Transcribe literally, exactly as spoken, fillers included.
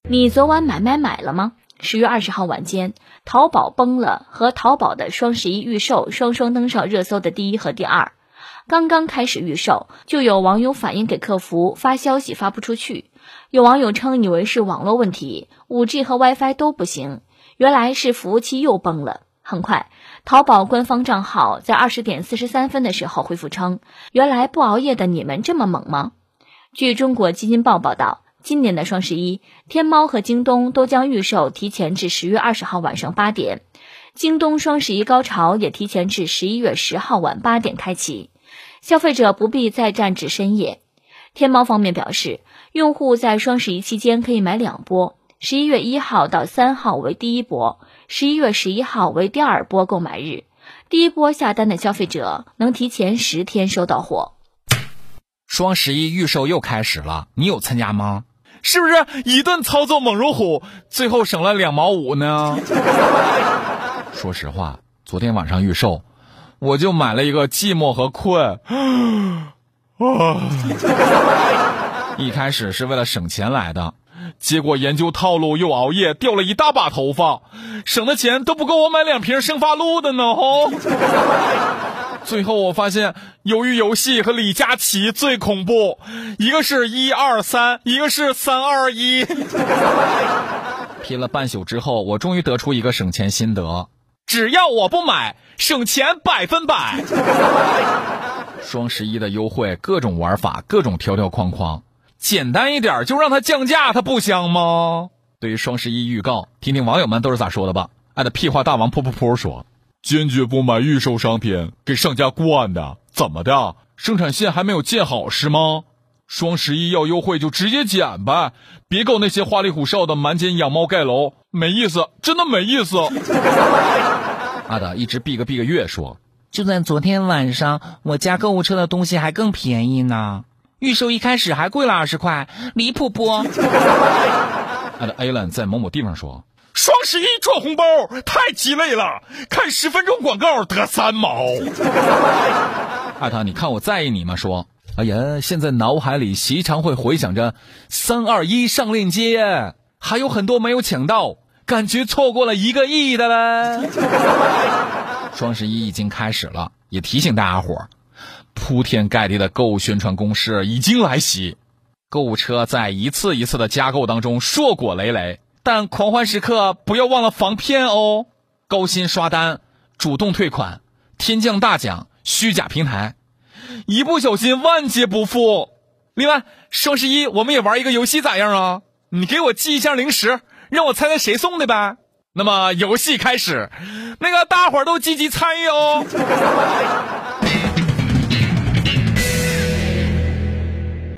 你昨晚买买买了吗？十月二十号晚间，淘宝崩了和淘宝的双十一预售双双登上热搜的第一和第二。刚刚开始预售，就有网友反映给客服发消息发不出去。有网友称以为是网络问题， 五 G 和 WiFi 都不行，原来是服务器又崩了。很快，淘宝官方账号在二十点四十三分的时候回复称，原来不熬夜的你们这么猛吗？据中国基金报报道，今年的双十一，天猫和京东都将预售提前至十月二十号晚上八点，京东双十一高潮也提前至十一月十号晚八点开启，消费者不必再站至深夜。天猫方面表示，用户在双十一期间可以买两波，十一月一号到三号为第一波，十一月十一号为第二波购买日。第一波下单的消费者能提前十天收到货。 双十一预售又开始了，你有参加吗？是不是一顿操作猛如虎，最后省了两毛五呢？说实话，昨天晚上预售，我就买了一个寂寞和困。一开始是为了省钱来的，结果研究套路又熬夜，掉了一大把头发，省的钱都不够我买两瓶生发露的呢吼。最后我发现，鱿鱼游戏和李佳琦最恐怖，一个是一二三，一个是三二一。拼了半宿之后，我终于得出一个省钱心得：只要我不买，省钱百分百。双十一的优惠，各种玩法，各种条条框框，简单一点就让它降价，它不香吗？对于双十一预告，听听网友们都是咋说的吧。爱的屁话大王噗噗噗说，坚决不买预售商品，给商家惯的，怎么的？生产线还没有建好是吗？双十一要优惠就直接减呗，别搞那些花里胡哨的满减养猫盖楼，没意思，真的没意思。阿达一直避个避个月说， 就在昨天晚上，我家购物车的东西还更便宜呢，预售一开始还贵了二十块，离谱不？ 阿达 Alan 在某某地方说，双十一赚红包太鸡肋了，看十分钟广告得三毛。艾塔，你看我在意你吗？说，哎呀，现在脑海里时常会回想着三二一上链接，还有很多没有抢到，感觉错过了一个亿的嘞。双十一已经开始了，也提醒大家伙，铺天盖地的购物宣传攻势已经来袭，购物车在一次一次的加购当中硕果累累。但狂欢时刻不要忘了防骗哦，高薪刷单、主动退款、天降大奖、虚假平台，一不小心万劫不复。另外，双十一我们也玩一个游戏咋样啊？你给我寄一箱零食，让我猜猜谁送的呗。那么游戏开始，那个大伙儿都积极参与哦。